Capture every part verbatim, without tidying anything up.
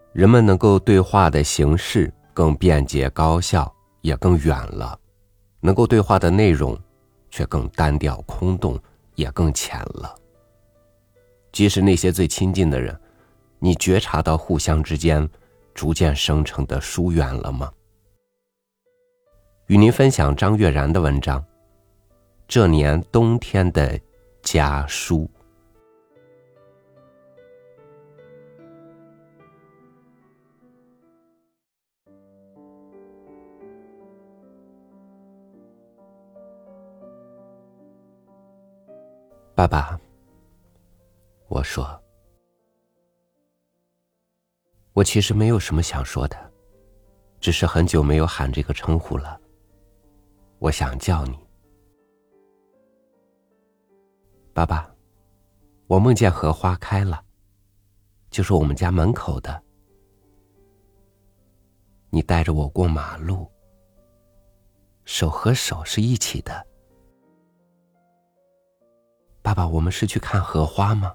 人们能够对话的形式更便捷高效，也更远了，能够对话的内容却更单调空洞，也更浅了。即使那些最亲近的人，你觉察到互相之间逐渐生成的疏远了吗？与您分享张悦然的文章《这年冬天的家书》。爸爸，我说，我其实没有什么想说的，只是很久没有喊这个称呼了。我想叫你。爸爸，我梦见荷花开了，就是我们家门口的。你带着我过马路，手和手是一起的。爸爸，我们是去看荷花吗？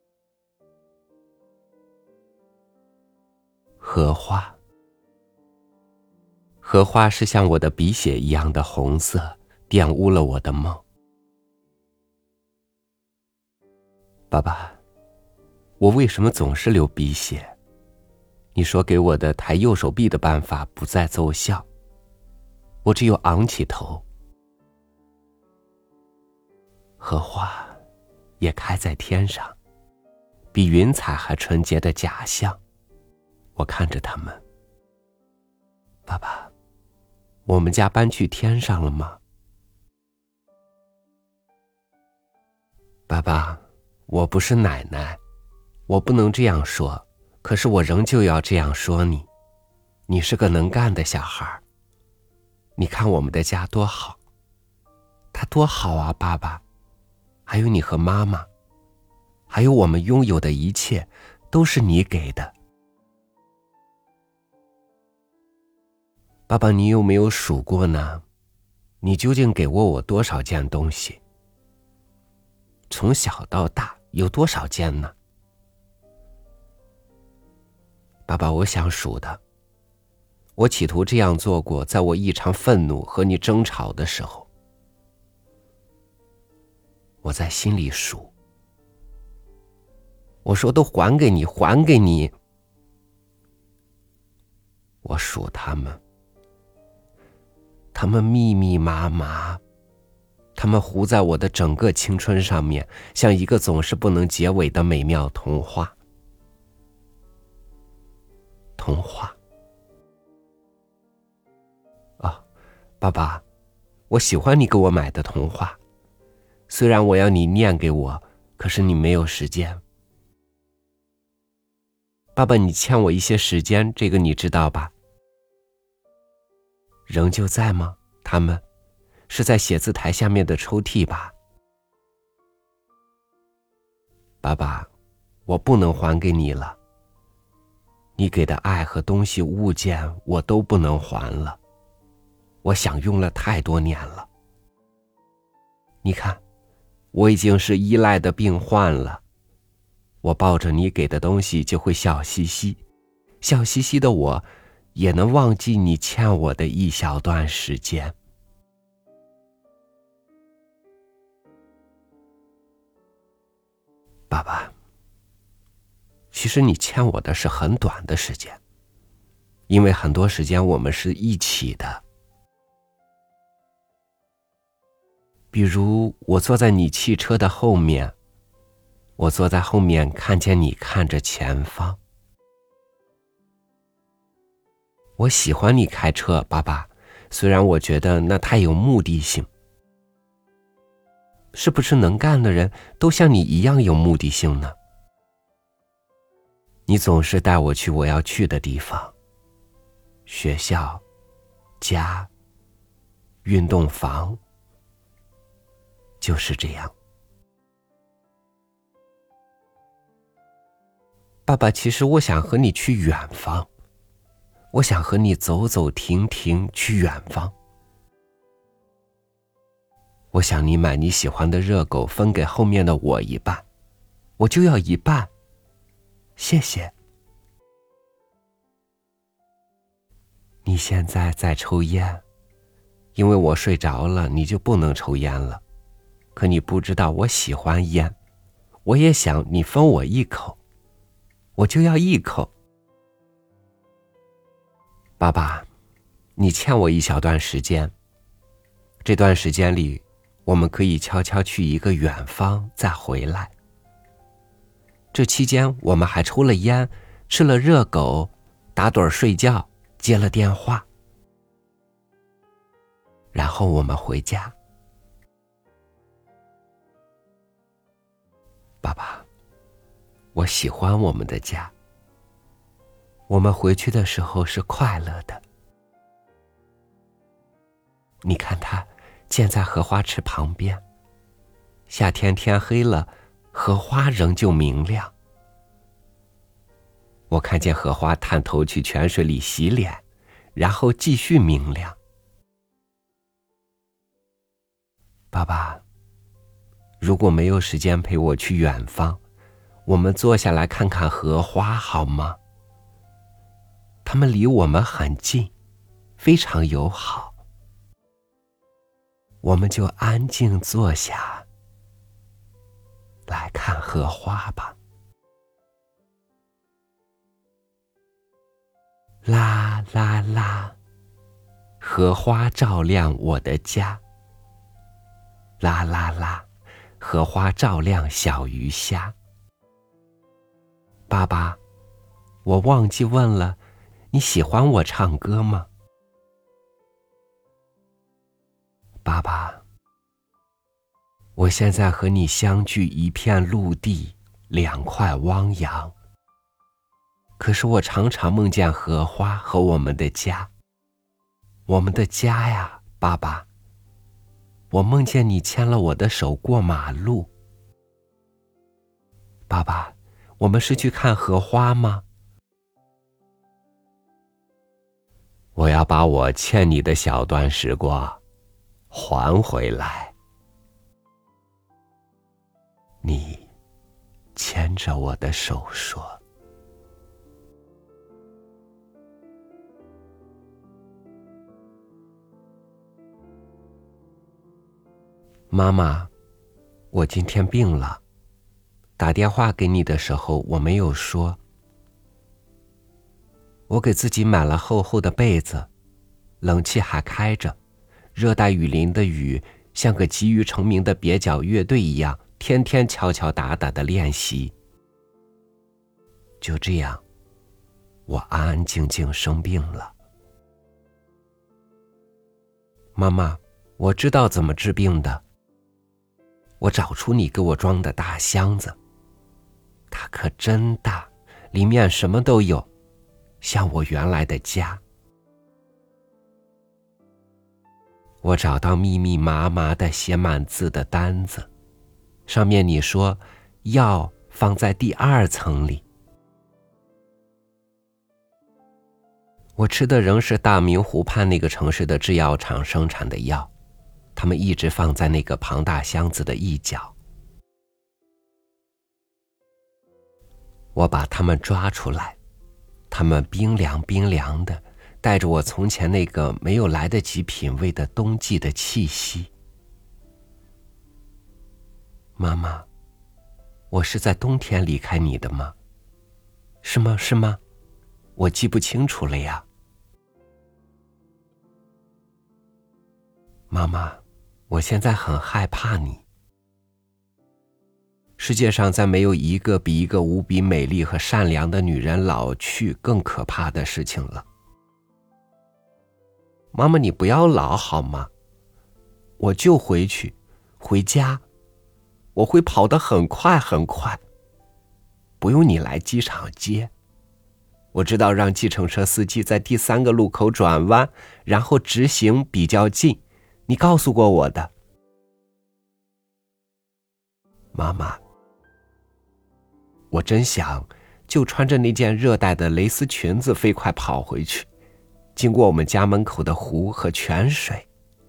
荷花，荷花是像我的鼻血一样的红色，玷污了我的梦。爸爸，我为什么总是流鼻血？你说给我的抬右手臂的办法不再奏效，我只有昂起头。荷花也开在天上，比云彩还纯洁的假象。我看着它们。爸爸，我们家搬去天上了吗？爸爸，我不是奶奶，我不能这样说，可是我仍旧要这样说你。你是个能干的小孩，你看我们的家多好，它多好啊，爸爸。还有你和妈妈，还有我们拥有的一切，都是你给的。爸爸，你有没有数过呢？你究竟给过我多少件东西？从小到大有多少件呢？爸爸，我想数的。我企图这样做过，在我异常愤怒和你争吵的时候。我在心里数，我说都还给你，还给你。我数他们，他们密密麻麻，他们糊在我的整个青春上面，像一个总是不能结尾的美妙童话。童话。啊，爸爸，我喜欢你给我买的童话。虽然我要你念给我，可是你没有时间。爸爸，你欠我一些时间，这个你知道吧？仍旧在吗？他们是在写字台下面的抽屉吧？爸爸，我不能还给你了。你给的爱和东西物件我都不能还了，我享用了太多年了。你看，我已经是依赖的病患了，我抱着你给的东西就会笑嘻嘻，笑嘻嘻的我也能忘记你欠我的一小段时间。爸爸，其实你欠我的是很短的时间，因为很多时间我们是一起的。比如我坐在你汽车的后面，我坐在后面看见你看着前方。我喜欢你开车，爸爸，虽然我觉得那太有目的性。是不是能干的人都像你一样有目的性呢？你总是带我去我要去的地方，学校、家、运动房，就是这样。爸爸，其实我想和你去远方，我想和你走走停停去远方。我想你买你喜欢的热狗分给后面的我一半，我就要一半。谢谢。 你现在在抽烟，因为我睡着了，你就不能抽烟了。可你不知道我喜欢烟，我也想你分我一口，我就要一口。爸爸，你欠我一小段时间，这段时间里，我们可以悄悄去一个远方再回来。这期间我们还抽了烟，吃了热狗，打盹睡觉，接了电话，然后我们回家。爸爸，我喜欢我们的家，我们回去的时候是快乐的。你看它建在荷花池旁边，夏天天黑了，荷花仍旧明亮。我看见荷花探头去泉水里洗脸，然后继续明亮。爸爸，如果没有时间陪我去远方，我们坐下来看看荷花好吗？它们离我们很近，非常友好。我们就安静坐下，来看荷花吧。啦啦啦，荷花照亮我的家。啦啦啦，荷花照亮小鱼虾。爸爸，我忘记问了，你喜欢我唱歌吗？爸爸，我现在和你相距一片陆地，两块汪洋。可是我常常梦见荷花和我们的家。我们的家呀，爸爸，我梦见你牵了我的手过马路。爸爸，我们是去看荷花吗？我要把我欠你的小段时光还回来。你牵着我的手说。妈妈，我今天病了，打电话给你的时候我没有说。我给自己买了厚厚的被子，冷气还开着，热带雨林的雨像个急于成名的蹩脚乐队一样，天天敲敲打打的练习。就这样，我安安静静生病了。妈妈，我知道怎么治病的。我找出你给我装的大箱子，它可真大，里面什么都有，像我原来的家。我找到密密麻麻的写满字的单子，上面你说药放在第二层里。我吃的仍是大明湖畔那个城市的制药厂生产的药，他们一直放在那个庞大箱子的一角。我把它们抓出来，它们冰凉冰凉的，带着我从前那个没有来得及品味的冬季的气息。妈妈，我是在冬天离开你的吗？是吗？是吗？我记不清楚了呀。妈妈，我现在很害怕你。世界上再没有一个比一个无比美丽和善良的女人老去更可怕的事情了。妈妈，你不要老好吗？我就回去，回家，我会跑得很快很快，不用你来机场接。我知道让计程车司机在第三个路口转弯，然后直行比较近，你告诉过我的。妈妈，我真想就穿着那件热带的蕾丝裙子飞快跑回去，经过我们家门口的湖和泉水。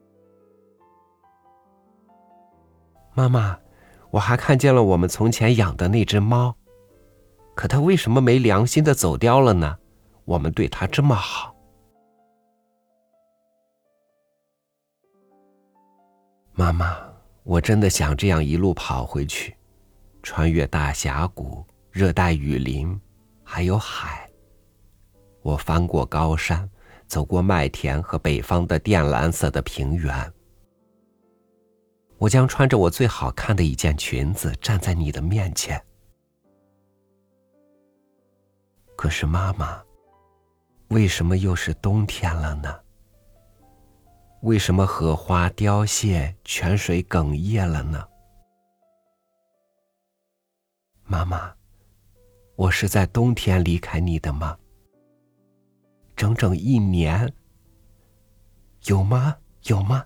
妈妈，我还看见了我们从前养的那只猫，可它为什么没良心的走掉了呢？我们对它这么好。 妈妈，我真的想这样一路跑回去，穿越大峡谷、热带雨林，还有海。我翻过高山，走过麦田和北方的靛蓝色的平原。我将穿着我最好看的一件裙子站在你的面前。可是妈妈，为什么又是冬天了呢？为什么荷花凋谢，泉水哽咽了呢？妈妈，我是在冬天离开你的吗？整整一年，有吗？有吗？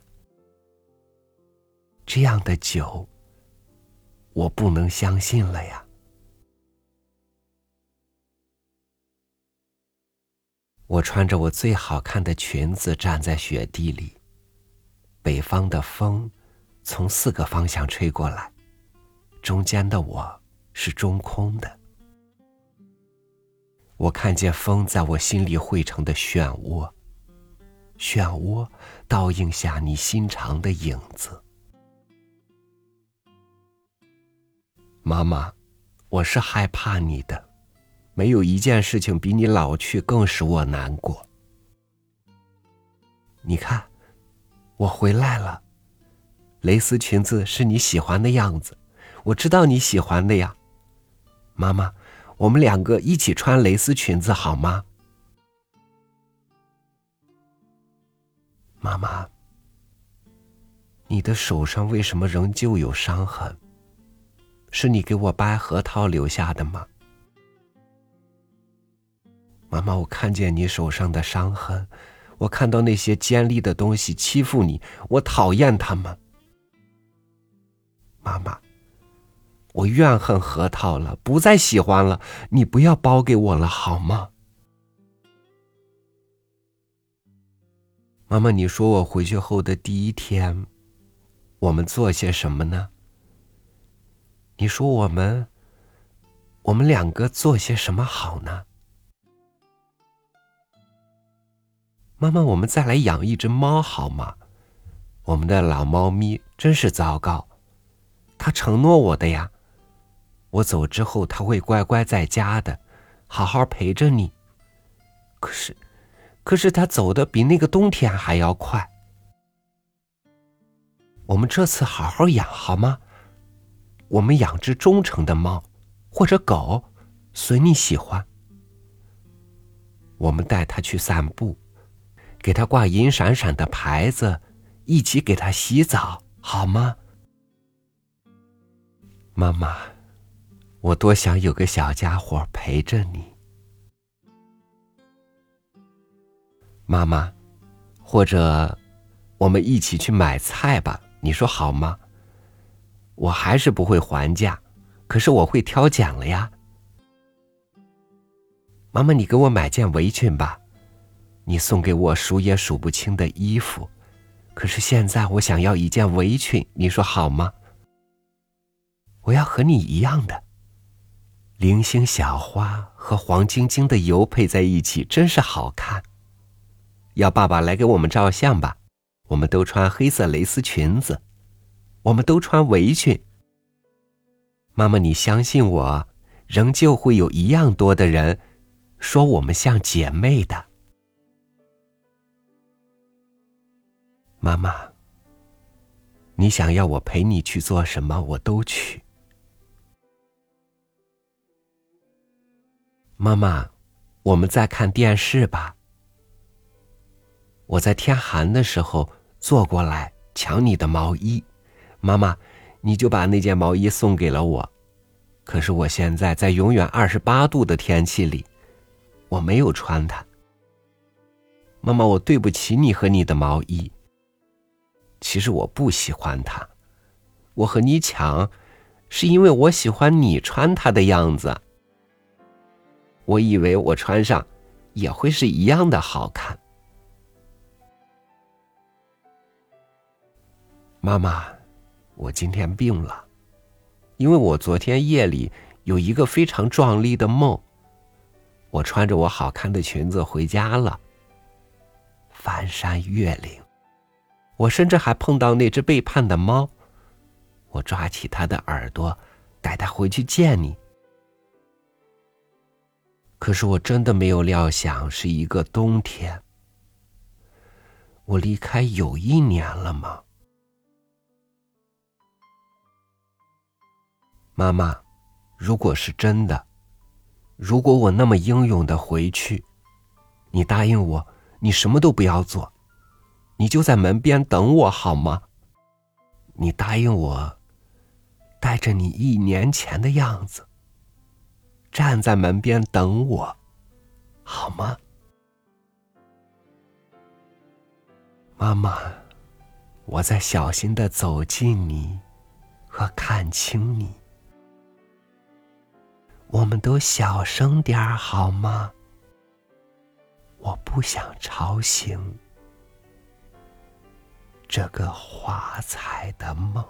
这样的久，我不能相信了呀。我穿着我最好看的裙子站在雪地里，北方的风从四个方向吹过来，中间的我是中空的。我看见风在我心里汇成的漩涡，漩涡倒映下你心肠的影子。妈妈，我是害怕你的，没有一件事情比你老去更使我难过。你看，我回来了，蕾丝裙子是你喜欢的样子，我知道你喜欢的呀。妈妈，我们两个一起穿蕾丝裙子好吗？妈妈，你的手上为什么仍旧有伤痕？是你给我掰核桃留下的吗？妈妈，我看见你手上的伤痕，我看到那些尖利的东西欺负你，我讨厌他们。妈妈，我怨恨核桃了，不再喜欢了，你不要包给我了好吗？妈妈，你说我回去后的第一天，我们做些什么呢？你说我们，我们两个做些什么好呢？妈妈，我们再来养一只猫好吗？我们的老猫咪真是糟糕，它承诺我的呀，我走之后它会乖乖在家的，好好陪着你。可是，可是它走的比那个冬天还要快。我们这次好好养好吗？我们养只忠诚的猫，或者狗，随你喜欢。我们带它去散步，给它挂银闪闪的牌子，一起给它洗澡，好吗？妈妈，我多想有个小家伙陪着你。妈妈，或者我们一起去买菜吧，你说好吗？我还是不会还价，可是我会挑拣了呀。妈妈，你给我买件围裙吧，你送给我数也数不清的衣服，可是现在我想要一件围裙，你说好吗？我要和你一样的，零星小花和黄晶晶的油配在一起，真是好看。要爸爸来给我们照相吧，我们都穿黑色蕾丝裙子，我们都穿围裙。妈妈，你相信我，仍旧会有一样多的人说我们像姐妹的。妈妈，你想要我陪你去做什么，我都去。妈妈，我们再看电视吧。我在天寒的时候坐过来抢你的毛衣，妈妈，你就把那件毛衣送给了我。可是我现在在永远二十八度的天气里，我没有穿它。妈妈，我对不起你和你的毛衣。其实我不喜欢它，我和你抢，是因为我喜欢你穿它的样子。我以为我穿上也会是一样的好看。妈妈，我今天病了，因为我昨天夜里有一个非常壮丽的梦。我穿着我好看的裙子回家了，翻山越岭， 我甚至还碰到那只背叛的猫，我抓起它的耳朵，带它回去见你。可是我真的没有料想是一个冬天。我离开有一年了吗？妈妈，如果是真的，如果我那么英勇地回去，你答应我，你什么都不要做，你就在门边等我好吗？你答应我，带着你一年前的样子，站在门边等我，好吗？妈妈，我在小心地走近你和看清你。我们都小声点儿好吗？我不想吵醒这个华彩的梦。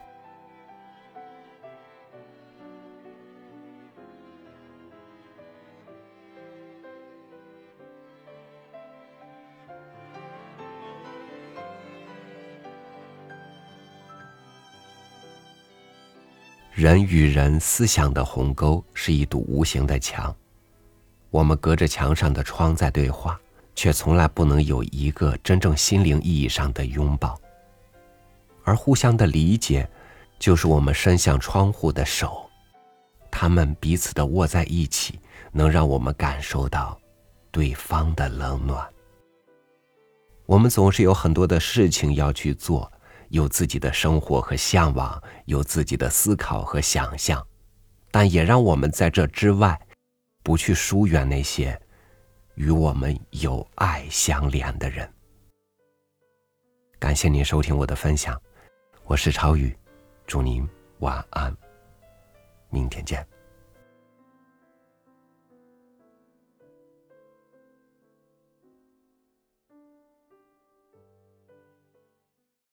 人与人思想的鸿沟是一堵无形的墙，我们隔着墙上的窗在对话，却从来不能有一个真正心灵意义上的拥抱。而互相的理解，就是我们伸向窗户的手，他们彼此的握在一起，能让我们感受到对方的冷暖。我们总是有很多的事情要去做，有自己的生活和向往，有自己的思考和想象，但也让我们在这之外，不去疏远那些与我们有爱相连的人。感谢您收听我的分享，我是超宇，祝您晚安，明天见。